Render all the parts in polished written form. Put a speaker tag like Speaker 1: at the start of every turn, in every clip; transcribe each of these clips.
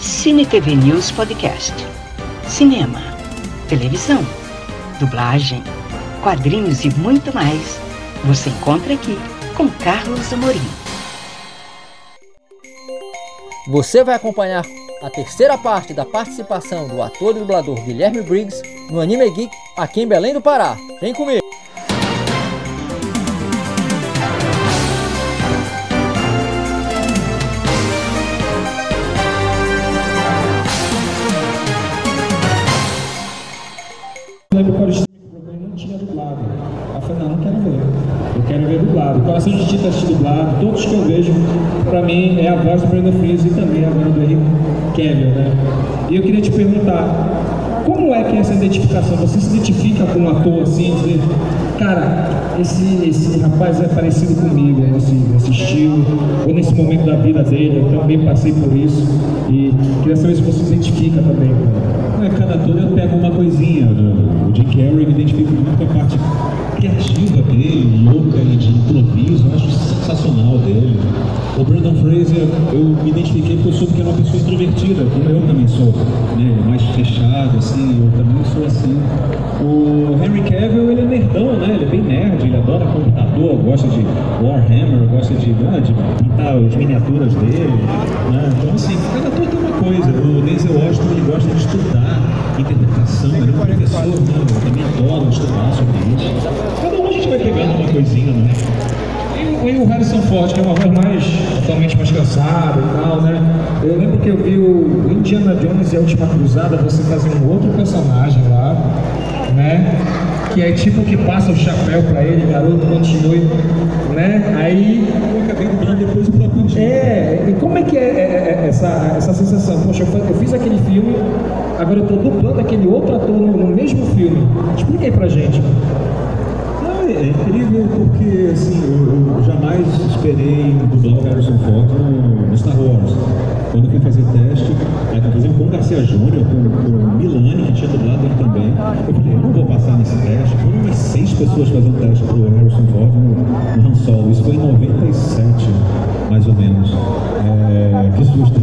Speaker 1: Cine TV News Podcast. Cinema, televisão, dublagem, quadrinhos e muito mais. Você encontra aqui com Carlos Amorim.
Speaker 2: Você vai acompanhar a terceira parte da participação do ator e dublador Guilherme Briggs no Anime Geek aqui em Belém do Pará. Vem comigo!
Speaker 3: Eu lembro qual streaming que eu procurei, não tinha dublado. Aí eu falei, não quero ver. Eu quero ver dublado. Coração de Tita assistir dublado. Todos que eu vejo, pra mim, é a voz do Brendan Fraser e também a voz do Henry Cavill, né? E eu queria te perguntar, como é que é essa identificação? Você se identifica com um ator assim, dizer, cara, esse rapaz é parecido comigo, nesse estilo, ou nesse momento da vida dele, eu também passei por isso. E queria saber se você se identifica também, cara.
Speaker 4: Cada ator eu pego uma coisinha. O Jim Carrey me identifico muito com a parte criativa dele, louca e de improviso, eu acho sensacional dele. O Brendan Fraser, eu me identifiquei porque eu soube que era uma pessoa introvertida, como eu também sou, né? Mais fechado, assim, eu também sou assim. O Henry Cavill, ele é nerdão, né? Ele é bem nerd, ele adora computador, gosta de Warhammer, gosta de pintar as miniaturas dele, né? Então, assim, cada ator tem uma coisa. O Denzel Washington, ele gosta de estudar interpretação, ele é um professor, né? Eu também adoro estudar sobre isso. Cada um a gente vai pegando uma coisinha, né?
Speaker 3: E o Harrison Ford, que é uma voz totalmente mais cansada e tal, né? Eu lembro que eu vi o Indiana Jones e a Última Cruzada, você fazer um outro personagem lá, né? Que é tipo que passa o chapéu pra ele, garoto, continue, né? Aí
Speaker 4: eu acabei dublando depois o próprio dia.
Speaker 3: E como é que é essa sensação? Poxa, eu fiz aquele filme, agora eu tô dublando aquele outro ator no mesmo filme. Explica aí pra gente.
Speaker 4: É incrível porque, assim, eu jamais esperei dublar o Harrison Ford no Star Wars. Quando eu fui fazer teste, aí por exemplo, com o Garcia Júnior, com o Milani, que tinha dublado ele também, eu falei, eu não vou passar nesse teste. Foram umas 6 pessoas fazendo teste pro Harrison Ford no Han Solo. Isso foi em 97, mais ou menos. Que susto.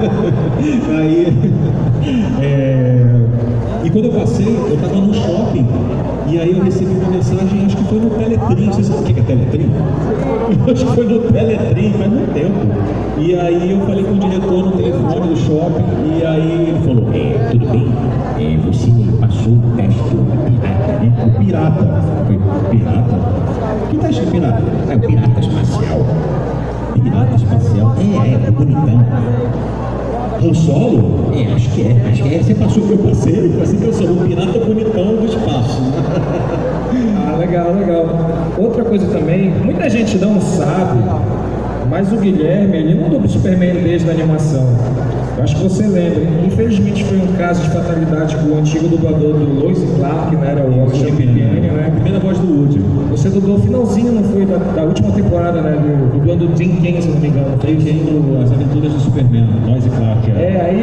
Speaker 4: E quando eu passei, eu estava no shopping, e aí eu recebi uma mensagem, acho que foi no Teletrim. Você sabe o que é Teletrim? Acho que foi no Teletrim, faz muito tempo. E aí eu falei com o diretor no telefone do shopping, e aí ele falou, tudo bem, você passou o teste do pirata, né? O pirata. Foi pirata? Que teste de pirata? É o pirata espacial. Pirata espacial? É bonitão. Han Solo? Acho que é. Você passou o que eu passei, assim que eu sou um pirata bonitão do espaço.
Speaker 3: Legal. Outra coisa também, muita gente não sabe, mas o Guilherme, ele não dubla o Superman desde a animação. Eu acho que você lembra. Infelizmente foi um caso de fatalidade com o antigo dublador do Lois Clark, né? Era o Roger Pequeno, né?
Speaker 4: A primeira voz do Woody.
Speaker 3: Você dublou o finalzinho, não foi? Da última temporada, né? Dublando o Jim Ken, se não me engano.
Speaker 4: Jim Ken, As Aventuras do Superman, Lois Clark.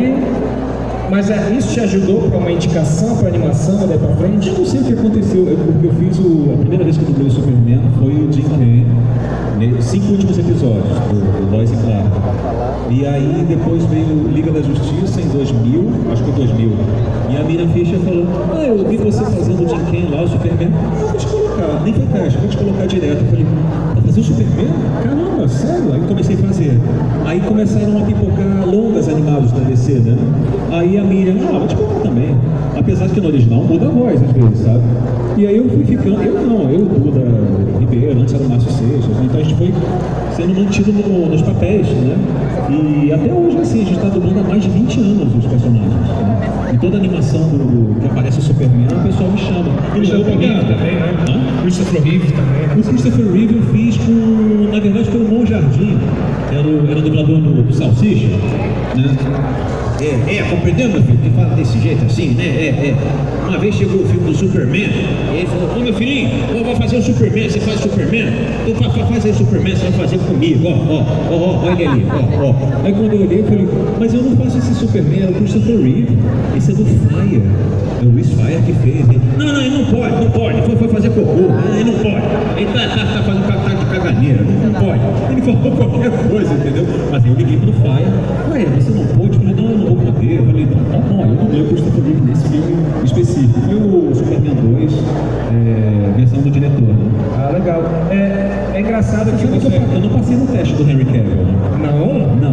Speaker 3: Mas isso te ajudou para uma indicação para animação daí para frente?
Speaker 4: Eu não sei o que aconteceu, porque eu fiz a primeira vez que eu dublei o Superman foi o Jim Ken, 5 últimos episódios do Lois Clark. E aí depois veio Liga da Justiça em 2000, acho que foi 2000. E a Miriam Fischer falou, eu vi você fazendo o Jim Ken lá, o Superman. Vou te colocar, nem foi teste, vou te colocar direto. Eu falei, vai fazer o Superman? Caramba, sério? Aí comecei a fazer. Aí começaram a pipocar longas animados da DC, né? Aí a Miriam, vou te colocar também. Apesar que no original muda a voz às vezes, sabe? E aí eu fui ficando, eu, Duda Ribeiro, antes era o Márcio Seixas, então a gente foi sendo mantido nos papéis, né? E até hoje, assim, a gente está dublando há mais de 20 anos os personagens, né? E toda animação que aparece o Superman, o pessoal me chama.
Speaker 3: Christopher Reeve também, né? Christopher Reeve também, né?
Speaker 4: O Christopher Reeve eu fiz na verdade foi o Mon Jardim, era o dublador do Salsicha, né? Compreendeu, meu filho? Que fala desse jeito assim, né? Uma vez chegou o filme do Superman, e ele falou, meu filhinho, eu vou fazer o Superman, você faz o Superman? Então faz aí o Superman, você vai fazer comigo, olha ele ali, Aí quando eu olhei, eu falei, mas eu não faço esse Superman, é o Christopher Reeve, esse é do Fire, é o Luiz Fire que fez. Não, ele não pode, foi fazer cocô, ele não pode, ele tá fazendo de caganeira, não pode. Ele falou qualquer coisa, entendeu? Mas eu liguei pro Fire, você não pode? Eu falei, não, eu não vou poder.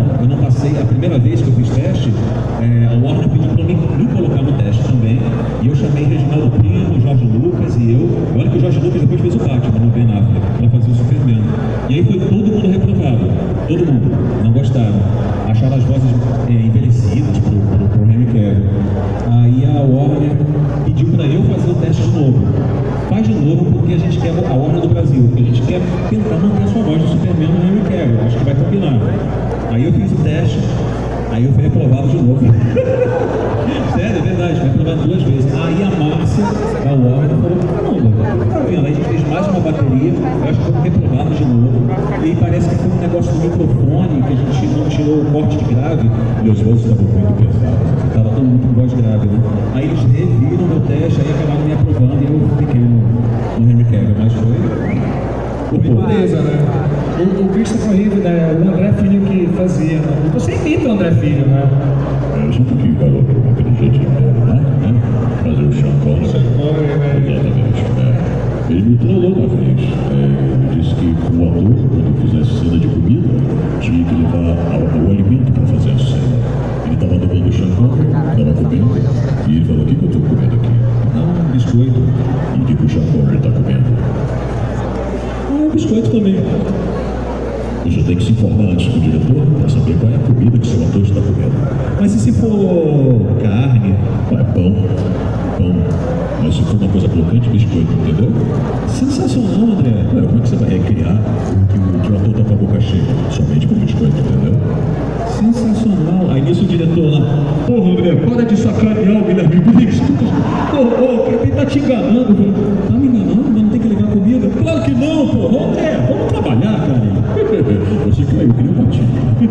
Speaker 4: eu não passei. A primeira vez que eu fiz teste, a Warner pediu para me colocar no teste também. E eu chamei Reginaldo Primo, Jorge Lucas e eu. Olha que o Jorge Lucas depois fez o Batman no Ben Affleck, para fazer o Superman. E aí foi todo mundo reprovado. Todo mundo. Não gostaram. Acharam as vozes envelhecidas pro Henry Cavill. Aí a Warner pediu para eu fazer o teste de novo. Faz de novo porque a gente quer a Warner do Brasil, porque a gente quer tentar manter a sua voz do Superman no Henry Cavill. Acho que vai combinar. Aí eu fiz o teste, aí eu fui reprovado de novo. Sério, é verdade, fui reprovado 2 vezes. Aí a Márcia da Warner falou, caramba, tá vendo? Aí a gente fez mais uma bateria, eu acho que foi reprovado de novo. E parece que foi um negócio do microfone, que a gente não tirou o corte de grave, e as vozes estavam muito pesadas, estava todo mundo com voz grave, né? Aí eles reviram meu teste, aí acabaram me aprovando e eu fiquei no Henry Cavill, mas foi...
Speaker 3: Beleza, né? O Christopher Reeve, né? O André Filho que fazia, né? Você imita o André Filho, né?
Speaker 5: Eu sempre que garoto, aquele jeitinho dele, né? Fazer o Sean Connery. Exatamente. Ele me trollou uma vez. Ele disse que o ator, quando fizesse cena de comida, tinha que levar o alimento para fazer a cena. Ele estava tomando o Sean Connery, estava comendo, e ele falou: o que eu estou comendo aqui?
Speaker 4: Não, biscoito.
Speaker 5: E o que o Sean Connery está comendo?
Speaker 4: Biscoito também.
Speaker 5: Você tem que se informar antes com o diretor para saber qual é a comida que seu ator está comendo.
Speaker 4: Mas e se for carne?
Speaker 5: É pão. Mas se for uma coisa crocante, biscoito, entendeu?
Speaker 4: Sensacional, André.
Speaker 5: Como é que você vai recriar que o ator está com a boca cheia? Somente com biscoito, entendeu?
Speaker 4: Sensacional. Aí nisso o diretor lá, porra, André, para de sacanear o Guilherme Briggs. Ele tá te enganando. Tá me enganando, mas não tem que levar comida? Claro que não, porra. André, vamos trabalhar, cara.
Speaker 5: Você caiu que nem um patinho.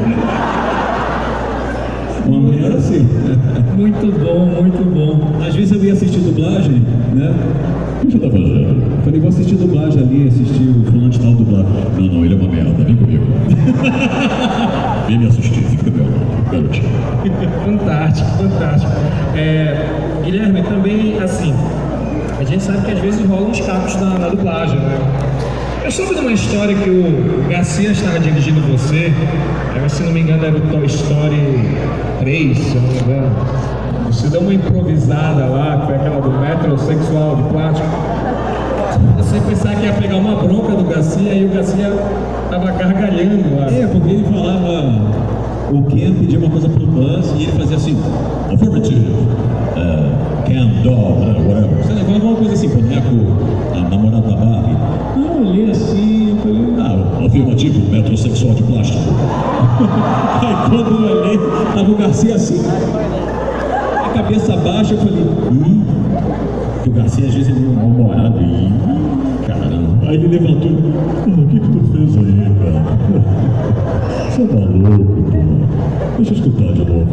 Speaker 4: O André era assim.
Speaker 3: Muito bom, muito bom.
Speaker 4: Às vezes eu ia assistir dublagem, né?
Speaker 5: O que você tá fazendo?
Speaker 4: Falei, vou assistir dublagem ali, assistir o fulano de tal dublagem.
Speaker 5: Não, ele é uma merda, vem comigo. Vem me assistir, fica meu garotinho.
Speaker 3: Fantástico. Guilherme, também, assim, a gente sabe que às vezes rolam uns capos na dublagem, né? Eu soube de uma história que o Garcia estava dirigindo você, se não me engano era o Toy Story 3, se não me engano. Você deu uma improvisada lá, que foi aquela do metrosexual de plástico. Você pensava que ia pegar uma bronca do Garcia e o Garcia estava gargalhando lá.
Speaker 4: Porque ele falava, o Ken pedia uma coisa pro Buzz e ele fazia assim, affirmative, Ken, doll, whatever. Você levava alguma coisa assim, boneco, a namorada da Barbie. Eu olhei assim, eu falei,
Speaker 5: afirmativo, metrosexual de plástico.
Speaker 4: Aí quando eu olhei, tava o Garcia assim, a cabeça baixa, eu falei, que o Garcia às vezes ele é mal-humorado, caramba.
Speaker 5: Aí ele levantou, o que tu fez aí, cara? Você é maluco, pô. Deixa eu escutar de novo.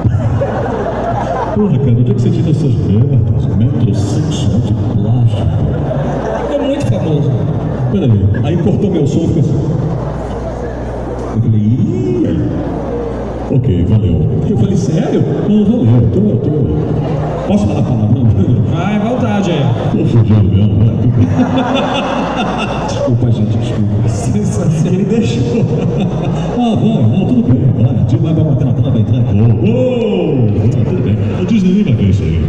Speaker 5: Porra, cara, onde é que você tira essas merdas? Metrosexual de plástico.
Speaker 3: É muito famoso.
Speaker 4: Peraí, aí cortou meu som e ficou assim. Eu falei,
Speaker 5: ok, valeu.
Speaker 4: Eu falei, sério? Não, valeu, tô. Posso falar a palavra?
Speaker 3: Vai à vontade aí.
Speaker 5: Tô fugindo mesmo, né?
Speaker 4: Desculpa, gente, desculpa. Sensacional. Ele deixou.
Speaker 5: Vai, tudo bem. Vai bater na tela, vai entrar. Tudo bem. O Disney vai ver isso aí.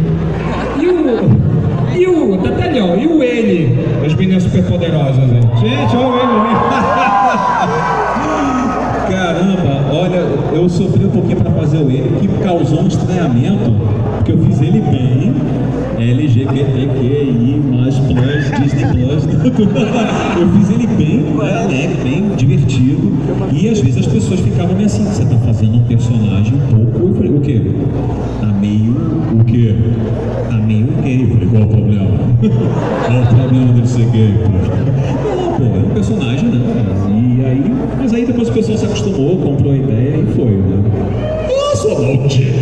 Speaker 3: E o Tatalhão, e o ele? As meninas superpoderosas, né?
Speaker 4: Gente, olha ele. Caramba, olha, eu sofri um pouquinho para fazer o ele, que causou um estranhamento, porque eu fiz ele bem, LGBTQI+, Disney Plus, eu fiz ele bem alegre, bem divertido, e às vezes as pessoas ficavam meio assim, você tá fazendo um personagem um pouco, eu falei, o quê? Tá meio,
Speaker 5: o quê?
Speaker 4: Tá meio gay, eu falei,
Speaker 5: qual o problema?
Speaker 4: Qual o problema dele ser gay, pô, é um personagem, né? E aí, mas aí depois o pessoal se acostumou, comprou a ideia e foi, né?
Speaker 5: Nossa, maldita!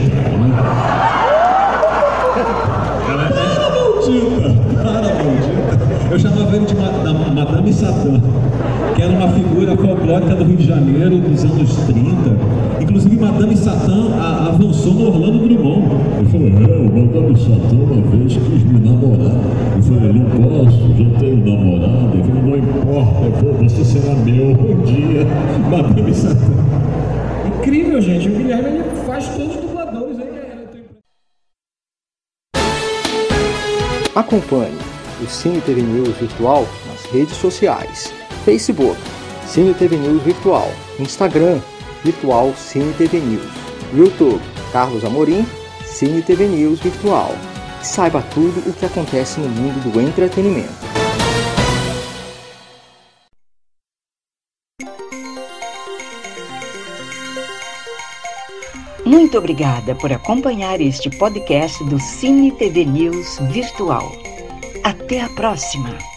Speaker 4: Para, maldita! Eu chamava ele de Madame Satã, que era uma figura folclórica do Rio de Janeiro dos anos 30. Inclusive, Madame Satã avançou no Orlando Drummond.
Speaker 5: Ele falou, o Madame Satã uma vez quis me namorar. Eu falei, não posso, já tenho namorado. Ele falou, não importa, você será meu um dia.
Speaker 4: Madame Satã.
Speaker 3: incrível, gente. O Guilherme ele faz todos os dubladores aí.
Speaker 2: Acompanhe o Cine TV News Virtual nas redes sociais: Facebook, Cine TV News Virtual, Instagram, Virtual Cine TV News, YouTube, Carlos Amorim, Cine TV News Virtual. Saiba tudo o que acontece no mundo do entretenimento.
Speaker 1: Muito obrigada por acompanhar este podcast do Cine TV News Virtual. Até a próxima!